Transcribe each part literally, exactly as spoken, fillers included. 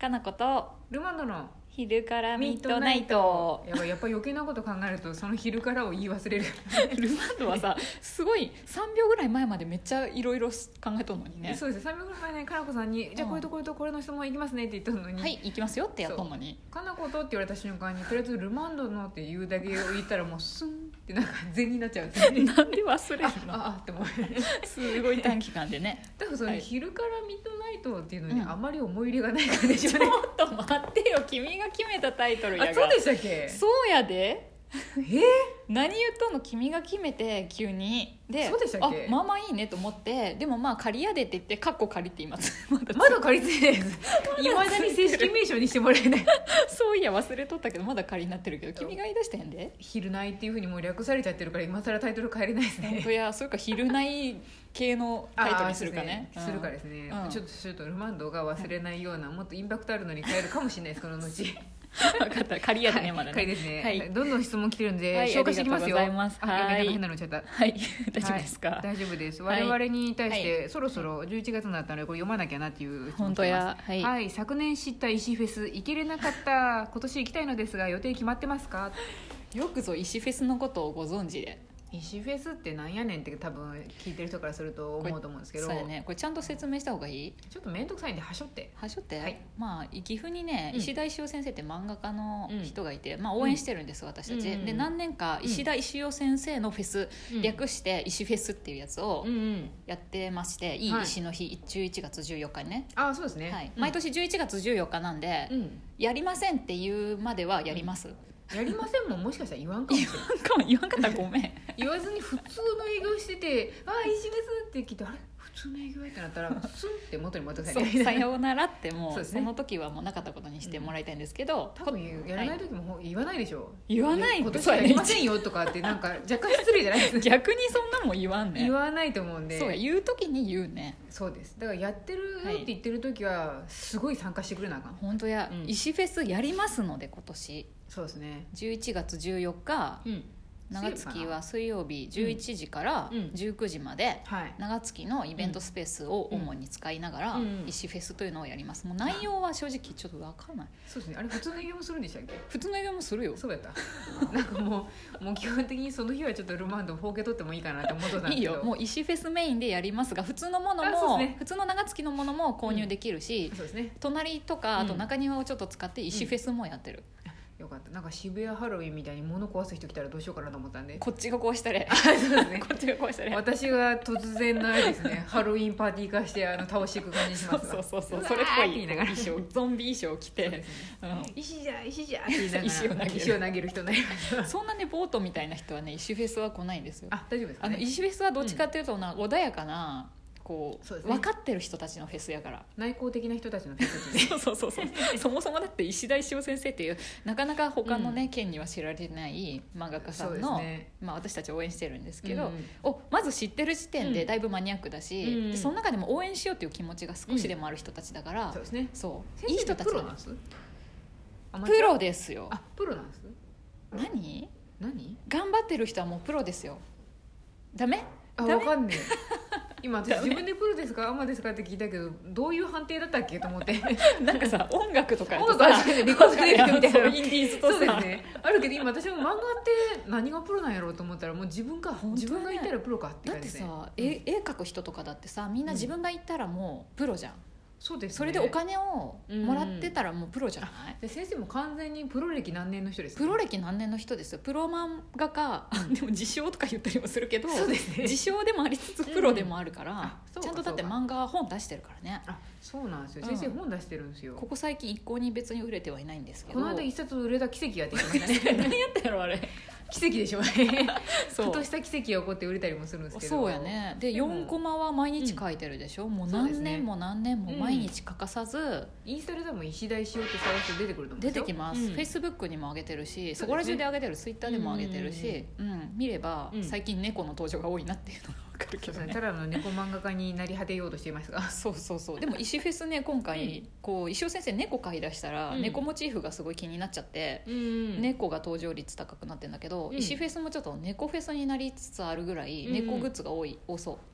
かなことルマンドの昼からミッドナイト。 やっぱやっぱ余計なこと考えるとその昼からを言い忘れるルマンドはさすごいさんびょうぐらい前までめっちゃいろいろ考えとんのにね。 そうですさんびょうぐらい前ねかなこさんに、うん、じゃあこれとこれとこれの質問いきますねって言ったのに、 はい行きますよってやっとんのに、 かなことって言われた瞬間にとりあえずルマンドのって言うだけを言ったらもうスンってなんか禅になっちゃうなんで忘れるのあああって思うすごい短期間でねだからその、 はい、 昼からミッドナイトっていうのに、 うん、 あまり思い入れがないからでしょうね。 ちょっと待ってよ、君が決めたタイトルやが。 あ、そうでしたっけ。 そうやでえー、 何言っとんの、君が決めて急にで、 そうでしたっけ。 あまあまあいいねと思って、でもまあ仮やでって言ってカッコ仮って言いますまだまだ仮ついてないですいまだに正式名称にしてもらえないそういや忘れとったけどまだ仮になってるけど、君が言い出したやんで。 昼ないっていうふうにもう略されちゃってるから今更タイトル変えれないですね。 本当や、それか昼ない系のタイトルにするかね、 するかですね、 うん、 ちょっとちょっとルマンドが忘れないようなもっとインパクトあるのに変えるかもしれないですこの後分かった、仮やでね、まだね、 仮ですね、 はい、 どんどん質問来てるんで、 はい、 紹介していきますよ。 ありがとうございます。 はい、 はい、 変なのちゃった。 はい、大丈夫ですか。 はい、大丈夫です。我々に対して、はい、そろそろじゅういちがつになったのでこれ読まなきゃなっていう質問来てます。 本当や、はい、 はい、昨年知った石フェス行けれなかった今年行きたいのですが予定決まってますか。 よくぞ石フェスのことをご存知で。 石フェスってなんやねんって多分聞いてる人からすると思うと思うんですけど、 そうやね、これちゃんと説明した方がいい。 ちょっと面倒くさいんではしょってはしょって、 はい、 まあ岐阜にね、 うん、 石田石尾先生って漫画家の人がいて、うん、まあ、応援してるんです、うん、私たち、うん、で何年か石田石尾先生のフェス、うん、略して石フェスっていうやつをやってまして、うん、いい石の日、じゅういちがつじゅうよっかにね、 あ、そうですね、 はい、 うん、 毎年じゅういちがつじゅうよっかなんで、うん、やりませんっていうまではやります、うん、 やりませんももしかしたら言わんかもしれない言わんかったらごめん言わずに普通の営業してて「ああ石フェス」って聞いて「あれ普通の営業や」ってなったらスンって元に戻さないさようならってもう そ,、ね、 そ, その時はもうなかったことにしてもらいたいんですけど、 うん、多分やらない時も言わないでしょ、はい、 言わない今年やりませんよとかってなんか若干失礼じゃないですか逆にそんなもん言わんね、 言わないと思うんで、 そうや、言う時に言うね。 そうです、だからやってるよって言ってる時はすごい参加してくれなあかん。 本当や、うん、石フェスやりますので今年そうですね、 じゅういちがつじゅうよっか、うん、長月は水曜日じゅういちじからじゅうくじまで、うん、長月のイベントスペースを主に使いながら石フェスというのをやります。もう内容は正直ちょっと分からない。 そうですね、あれ普通の営業もするんでしたっけ。 普通の営業もするよ。 そうやったなんかもう、もう基本的にその日はちょっとルマンドをほうけ取ってもいいかなって思ってたんですけど、 いいよ、もう石フェスメインでやりますが、普通のものも、ね、普通の長月のものも購入できるし、 うん、そうですね、 隣とかあと中庭をちょっと使って石フェスもやってる、 うんうん、よかった。なんか渋谷ハロウィンみたいに物壊す人来たらどうしようかなと思ったんで、 こっちが壊したれそうですねこっちが壊したれ私が突然のあれですねハロウィンパーティー化してあの倒していく感じします。 そうそうそう、それっぽい衣装、ゾンビ衣装着て、ね、 うん、石じゃ石じゃって言いながら石を投げる石を投げる人ねそんなねボートみたいな人はね石フェスは来ないんですよ。 あ、大丈夫ですか、ね、 あの石フェスはどっちかっていうとな、うん、穏やかなこう、 そうですね、 分かってる人たちのフェスやから、 内向的な人たちのフェスですねそうそうそうそうそもそもだって石田石尾先生っていうなかなか他のね、うん、県には知られてない漫画家さんの、ね、まあ、私たち応援してるんですけど、うん、をまず知ってる時点でだいぶマニアックだし、うん、でその中でも応援しようっていう気持ちが少しでもある人たちだから、うん、 そうですね、 そういい人たちプロなんです。 プロですよ。 あ、プロなんです。 何何頑張ってる人はもうプロですよ。ダメ？ あ、分かんねえ今私自分でプロですかアマですかって聞いたけどどういう判定だったっけと思ってなんかさ音楽とか音楽はリコーディングみたいなインディーズとさ、 そうですね、あるけど今私も漫画って何がプロなんやろうと思ったらもう自分か、ね、自分がいたらプロかって感じで、ね、 だってさ、うん、絵, 絵描く人とかだってさみんな自分がいたらもうプロじゃん、うん、 そうですね、 それでお金をもらってたらもうプロじゃない、うん、 で先生も完全にプロ歴何年の人ですか、 ね、プロ歴何年の人ですよ。プロ漫画家、うん、でも自称とか言ったりもするけど、 そうですね、 自称でもありつつプロでもあるから、うん、ちゃんとだって漫画本出してるからね。 あ、そうなんですよ、先生本出してるんですよ、 ここ最近一向に別に売れてはいないんですけど、 この間一冊売れた奇跡が出てましたね何やったやろあれ奇跡でしょうねふとした奇跡が起こって売れたりもするんですけど、 そうやね。でよんコマは毎日書いてるでしょ、うん、もう何年も何年も毎日欠かさず、うん、 インスタで多分石田石尾って探して出てくると思うんですよ。 出てきます、うん、フェイスブックにも上げてるし、そこら中で上げてる、ツイッターでも上げてるし、うん、うんうん、見れば、うん、最近猫の登場が多いなっていうのが分かるけどね。 そうですね、ただの猫漫画家になり果てようとしていますがそうそうそう。でも石フェスね今回、うん、こう石尾先生猫飼い出したら、うん、猫モチーフがすごい気になっちゃって、うん、猫が登場率高くなってるんだけど、うん、石フェスもちょっと猫フェスになりつつあるぐらい、うん、猫グッズが多い多そう。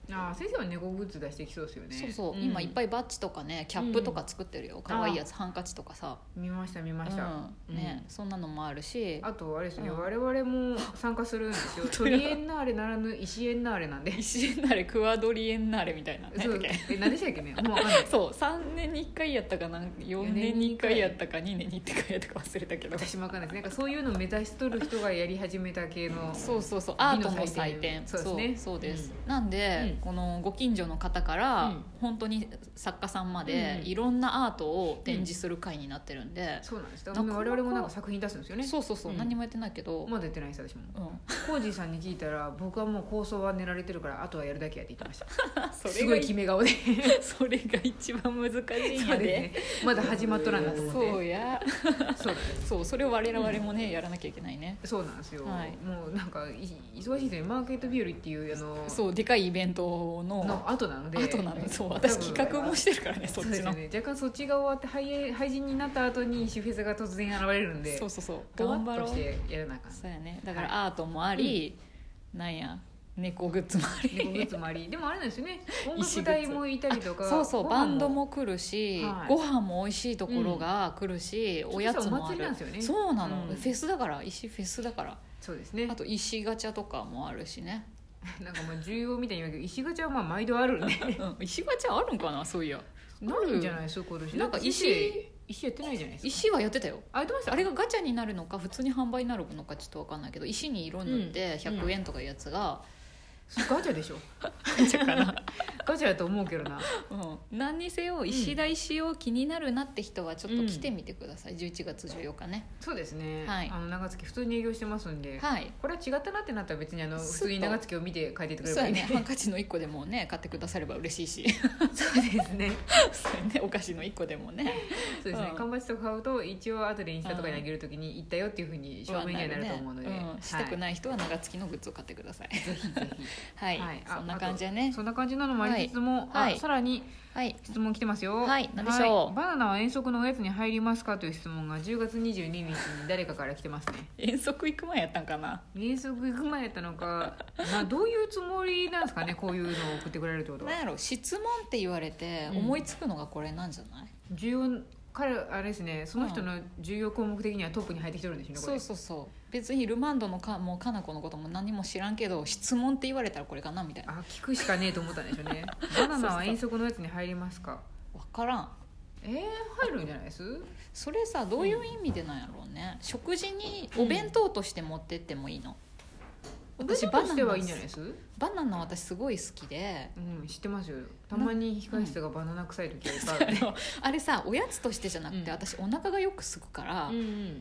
ああ先生は猫グッズ出してきそうですよね。 そうそう、 うん、 今いっぱいバッジとかねキャップとか作ってるよ、かわいいやつ、ハンカチとかさ。 見ました見ました、 うんね、うん、そんなのもあるし、 あとあれですね、うん、我々も参加するんですよトリエンナーレならぬ石エンナーレなんで石エンナーレクワドリエンナーレみたいなそうえ何でしたっけねもう分かんないそうさんねんにいっかいやったかなよねんにいっかいやったかにねんにいっかいやったか忘れたけど私も分かんないです。なんかそういうのを目指しとる人がやり始めた系のそうそうそうアートの祭典。 そうですね。 そうです、 うん、 なんで、うん、このご近所の方から、うん、本当に作家さんまで、うん、いろんなアートを展示する会になってるんで、 うん、そうなんです。我々もなんか作品出すんですよね。 そうそうそう、うん、何もやってないけどまだやってないです私も、うん、コージーさんに聞いたら僕はもう構想は練られてるからあとはやるだけやって言ってましたそれすごい決め顔でそれが一番難しいんやで、 ね、まだ始まっとらんなと思ってそうやそうそうそれを我々もね、うん、やらなきゃいけないね。 そうなんですよ、はい、もうなんか忙しいですね。マーケット日和っていうあのそうでかいイベント の, の後なので後なのそう私企画もしてるからねそっちの、 ね、若干そっちが終わって廃廃人になった後にシュフェスが突然現れるんでそうそうそう頑張ろうしてやらなあかん。 そうやねだからアートもあり、うん、なんや猫グッズもあり猫グッズもありでもあれなんですよね音楽隊もいたりとかそうそうバンドも来るし、はい、ご飯も美味しいところが来るし、うん、おやつもある。お祭りなんですよね。そうなの、うん、フェスだから石フェスだからそうですね。 あと石ガチャとかもあるしねなんかもう重要みたいに言うけど石ガチャはまあ毎度あるんで、 うん、石ガチャあるんかなそういやないんじゃないですか今年。なんか石石やってないじゃないですか。 石はやってたよ。 あ、やってました。 あれがガチャになるのか普通に販売になるのかちょっと分かんないけど石に色塗ってひゃくえんとかいうやつが、 うんうん、ガチャでしょガチャかなガチャだと思うけどな、 うん、何にせよ石田石を気になるなって人はちょっと来てみてください、うん、じゅういちがつじゅうよっかね。 そうですね、はい、あの長月普通に営業してますんで、はい、これは違ったなってなったら別にあの普通に長月を見て帰っていってくれればいいね。 そうやねハンカチのいっこでもね買ってくだされば嬉しいしそうですねそうやねお菓子のいっこでもねそうですね、缶バッジとか買うと一応後でインスタとかにあげるときに行ったよっていうふうに証明にはなると思うので、ねうん、したくない人は長月のグッズを買ってください、 ぜひぜひはい、はい、そんな感じやね。 そんな感じなのもありつつも、はい、あさらに質問来てますよ。 はい、何でしょう、 はい、バナナは遠足のおやつに入りますかという質問がじゅうがつにじゅうににちに誰かから来てますね。 遠足行く前やったんかな。 遠足行く前やったのかな、どういうつもりなんですかねこういうのを送ってくれるってことは。 なんやろ質問って言われて思いつくのがこれなんじゃない、 うん、重要彼あれですねその人の重要項目的にはトップに入ってきてるんですよね、これ。 そうそうそう別にルマンドのかもうかな子のことも何も知らんけど質問って言われたらこれかなみたいな。 あ聞くしかねえと思ったんでしょうねバナナは遠足のやつに入りますか。 分からん。 えー、入るんじゃないです。 それさどういう意味でなんやろうね、うん、食事にお弁当として持ってってもいいの、 うん、私バナナはいいんじゃないです。 バナナ私すごい好きで、 うん、知ってますよ。たまに控室がバナナ臭い時ある、ね、 うん、あれさおやつとしてじゃなくて、うん、私お腹がよくすくから、うんうん、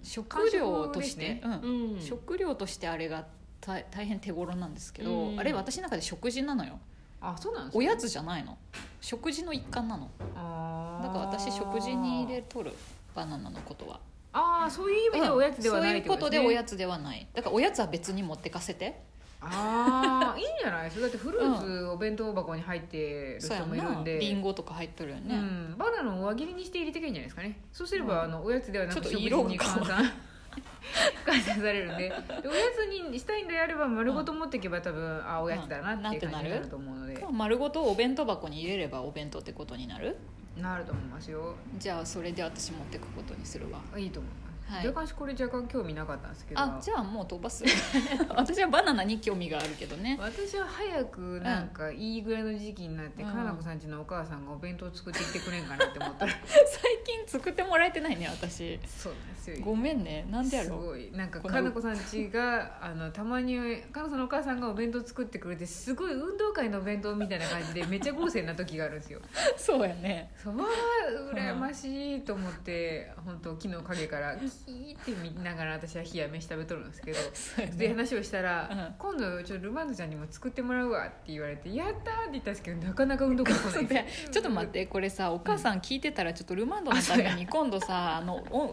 食料として、ねうんうん、食料としてあれが大変手頃なんですけど、うん、あれ私の中で食事なのよ。 あ、そうなんですか。 おやつじゃないの、食事の一環なの。あだから私食事に入れとるバナナのことは。 ああそういう意味でおやつではないってことですね、 うん、そういうことでおやつではない。だからおやつは別に持ってかせて。 ああいいんじゃないですか。だってフルーツお弁当箱に入ってる人もいるんで、 リンゴとか入っとるよね、 うん、バナナを輪切りにして入れてけんじゃないですかね。そうすれば、うん、あのおやつではなく食事に換算換算されるんで、でおやつにしたいんであれば丸ごと持っていけば多分あおやつだなっていう感じになると思うので、 うん、丸ごとお弁当箱に入れればお弁当ってことになるなると思いますよ。 じゃあそれで私持ってくことにするわ。 いいと思います。はい、若干これ若干興味なかったんですけど、 あじゃあもう飛ばす私はバナナに興味があるけどね。 私は早くなんかいいぐらいの時期になって、うん、かなこさんちのお母さんがお弁当作ってきてくれんかなって思ったら最近作ってもらえてないね私。 そうなんですよ。 ごめんね。なんでやろう。 すごいなんかかなこさんちがあのたまにかなこさんのお母さんがお弁当作ってくれてすごい運動会のお弁当みたいな感じでめっちゃ豪勢な時があるんですよそうやね。 そうわー羨ましいと思って、うん、本当木の陰からキーって見ながら私は冷や飯食べとるんですけど、ね、で話をしたら、うん、今度ちょっとルマンドちゃんにも作ってもらうわって言われてやったーって言ったんですけどなかなか運動会来ないですちょっと待ってこれさお母さん聞いてたらちょっとルマンドのために今度さあのお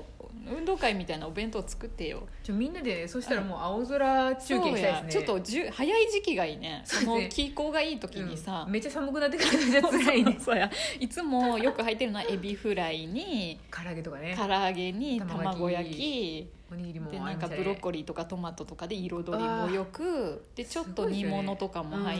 運動会みたいなお弁当作ってよ。 ちょみんなでそしたらもう青空中継したいですね。 ちょっとじゅ早い時期がいいね。その気候がいい時にさ、 うん、めっちゃ寒くなってくるじゃ辛いね。 そうやいつもよく入ってるのはエビフライに唐揚げとかね、 唐揚げに卵焼き、 おにぎりもでなんかブロッコリーとかトマトとかで彩りもよくでちょっと煮物とかも入って、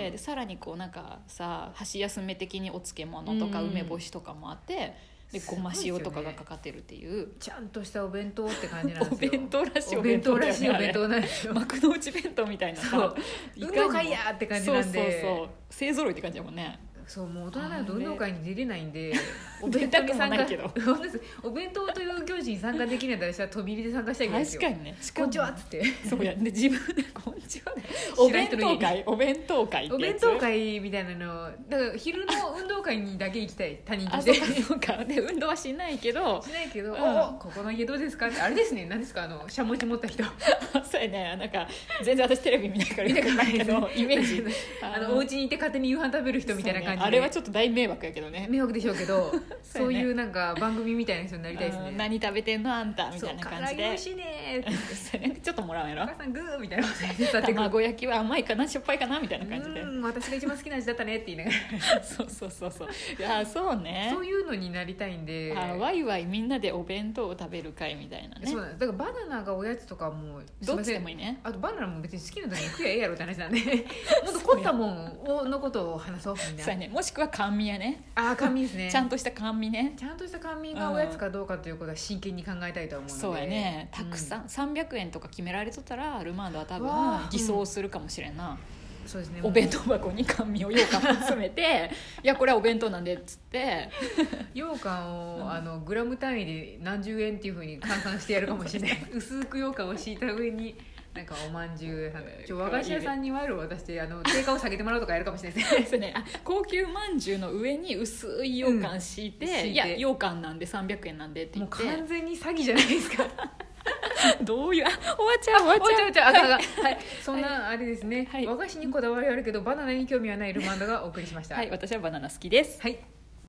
でさらにこうなんかさ箸休め的にお漬物とか梅干しとかもあって、でごま塩とかがかかってるっていう、 ちゃんとしたお弁当って感じなんですよ。 お弁当らしいお弁当らしいお弁当なんですよ。 幕の内弁当みたいなさ、 そう運動会やって感じなんで、 そうそうそう勢ぞろいって感じだもんね。 そうもう大人になると運動会に出れないんで、お弁当に参加お弁当という行事に参加できないんだったら飛び入りで参加したいぐらいですよ。 確かにね。 こんにちはっつってそうやで自分でこんにちはねお弁当会お弁当会ってお弁当会みたいなのだから昼の運動会にだけ行きたい他人として。 あそうかそうかで運動はしないけどしないけど、 うん、 おここの家どうですかってあれですね何ですかあのしゃもじ持った人そうやねなんか全然私テレビ見ないから見たことないけどイメージあのお家にいて勝手に夕飯食べる人みたいな感じで、ね、 あれはちょっと大迷惑やけどね。 迷惑でしょうけどそう、ね,、いうなんか番組みたいな人になりたいですね。 何食べてんのあんたみたいな感じで唐揚げ美味しいねってちょっともらうやろお母さんグーみたいなことで卵焼きは甘いかなしょっぱいかなみたいな感じでうん私が一番好きな味だったねって言いながらそうそうそうそういやそうねそういうのになりたいんで、 あワイワイみんなでお弁当を食べる会みたいなね。 そうなんです。だからバナナがおやつとかもどっちでもいいね。 あとバナナも別に好きな時に食えばええやろって話なんでもっと凝ったもんをのことを話そうみんな。 そうやね、もしくは甘味やね。 ああ甘味ですね。 ちゃんとした甘味ね。 ちゃんとした甘味がおやつかどうかということは真剣に考えたいと思うので。 そうやねたくさん、うん、さんびゃくえんとか決められとったらルマンドは多分偽装するかもしれんな、うんそうですね、 お弁当箱に甘味を羊羹を詰めていやこれはお弁当なんでっつって羊羹を、うん、あのグラム単位で何十円っていうふうに換算してやるかもしれない薄く羊羹を敷いた上になんかおまんじゅうちょ和菓子屋さんにワイルを渡してあの定価を下げてもらうとかやるかもしれないですねあ高級まんじゅうの上に薄い羊羹敷いて、うん、敷いていや羊羹なんでさんびゃくえんなんでって言ってもう完全に詐欺じゃないですかどういうあ終わっちゃう終わっちゃう終わっちゃうあかんが、はい、そんなあれですね、はい、和菓子にこだわりあるけどバナナに興味はないルマンドがお送りしました。 はい私はバナナ好きです。 はい